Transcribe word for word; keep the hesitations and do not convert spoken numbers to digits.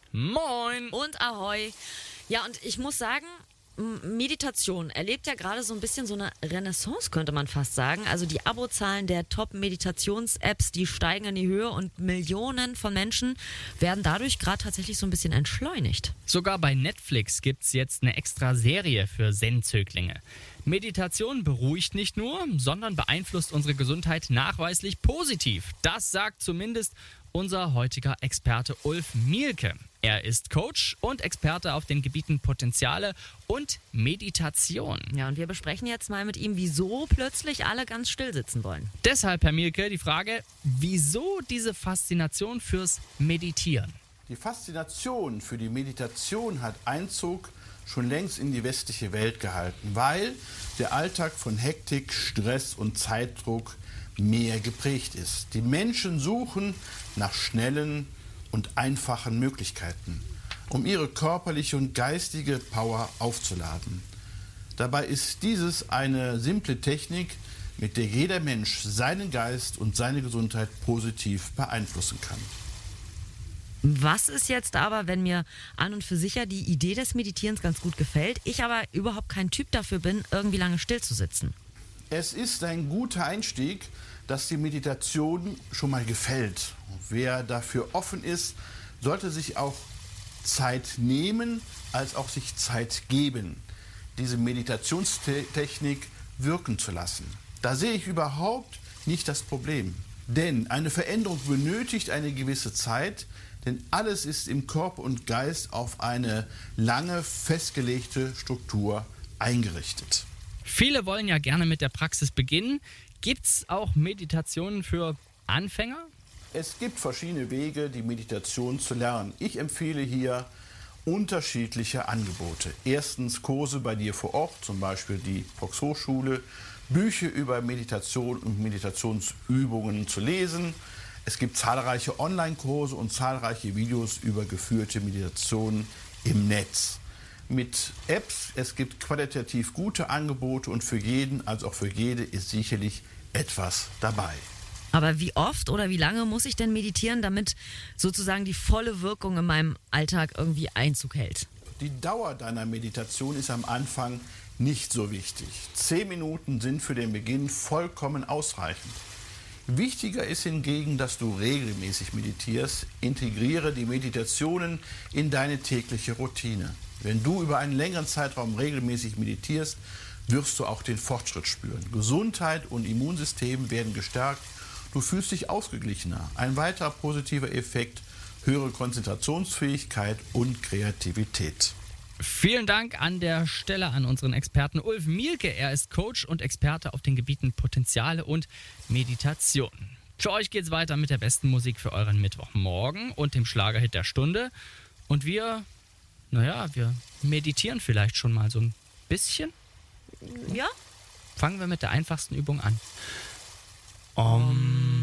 Moin. Und Ahoi. Ja, und ich muss sagen, Meditation erlebt ja gerade so ein bisschen so eine Renaissance, könnte man fast sagen. Also die Abozahlen der Top-Meditations-Apps, die steigen in die Höhe und Millionen von Menschen werden dadurch gerade tatsächlich so ein bisschen entschleunigt. Sogar bei Netflix gibt's jetzt eine extra Serie für Zen-Zöglinge. Meditation beruhigt nicht nur, sondern beeinflusst unsere Gesundheit nachweislich positiv. Das sagt zumindest unser heutiger Experte Ulf Mielke. Er ist Coach und Experte auf den Gebieten Potenziale und Meditation. Ja, und wir besprechen jetzt mal mit ihm, wieso plötzlich alle ganz still sitzen wollen. Deshalb, Herr Mielke, die Frage, wieso diese Faszination fürs Meditieren? Die Faszination für die Meditation hat Einzug schon längst in die westliche Welt gehalten, weil der Alltag von Hektik, Stress und Zeitdruck mehr geprägt ist. Die Menschen suchen nach schnellen und einfachen Möglichkeiten, um ihre körperliche und geistige Power aufzuladen. Dabei ist dieses eine simple Technik, mit der jeder Mensch seinen Geist und seine Gesundheit positiv beeinflussen kann. Was ist jetzt aber, wenn mir an und für sich ja die Idee des Meditierens ganz gut gefällt, ich aber überhaupt kein Typ dafür bin, irgendwie lange still zu sitzen? Es ist ein guter Einstieg, dass die Meditation schon mal gefällt. Wer dafür offen ist, sollte sich auch Zeit nehmen, als auch sich Zeit geben, diese Meditationstechnik wirken zu lassen. Da sehe ich überhaupt nicht das Problem. Denn eine Veränderung benötigt eine gewisse Zeit, denn alles ist im Körper und Geist auf eine lange festgelegte Struktur eingerichtet. Viele wollen ja gerne mit der Praxis beginnen. Gibt's auch Meditationen für Anfänger? Es gibt verschiedene Wege, die Meditation zu lernen. Ich empfehle hier unterschiedliche Angebote. Erstens Kurse bei dir vor Ort, zum Beispiel die Volkshochschule, Bücher über Meditation und Meditationsübungen zu lesen. Es gibt zahlreiche Online-Kurse und zahlreiche Videos über geführte Meditationen im Netz. Mit Apps, es gibt qualitativ gute Angebote und für jeden, als auch für jede, ist sicherlich etwas dabei. Aber wie oft oder wie lange muss ich denn meditieren, damit sozusagen die volle Wirkung in meinem Alltag irgendwie Einzug hält? Die Dauer deiner Meditation ist am Anfang nicht so wichtig. Zehn Minuten sind für den Beginn vollkommen ausreichend. Wichtiger ist hingegen, dass du regelmäßig meditierst. Integriere die Meditationen in deine tägliche Routine. Wenn du über einen längeren Zeitraum regelmäßig meditierst, wirst du auch den Fortschritt spüren. Gesundheit und Immunsystem werden gestärkt. Du fühlst dich ausgeglichener. Ein weiterer positiver Effekt, höhere Konzentrationsfähigkeit und Kreativität. Vielen Dank an der Stelle an unseren Experten Ulf Mielke. Er ist Coach und Experte auf den Gebieten Potenziale und Meditation. Für euch geht's weiter mit der besten Musik für euren Mittwochmorgen und dem Schlagerhit der Stunde. Und wir, naja, wir meditieren vielleicht schon mal so ein bisschen. Ja? Fangen wir mit der einfachsten Übung an. Om.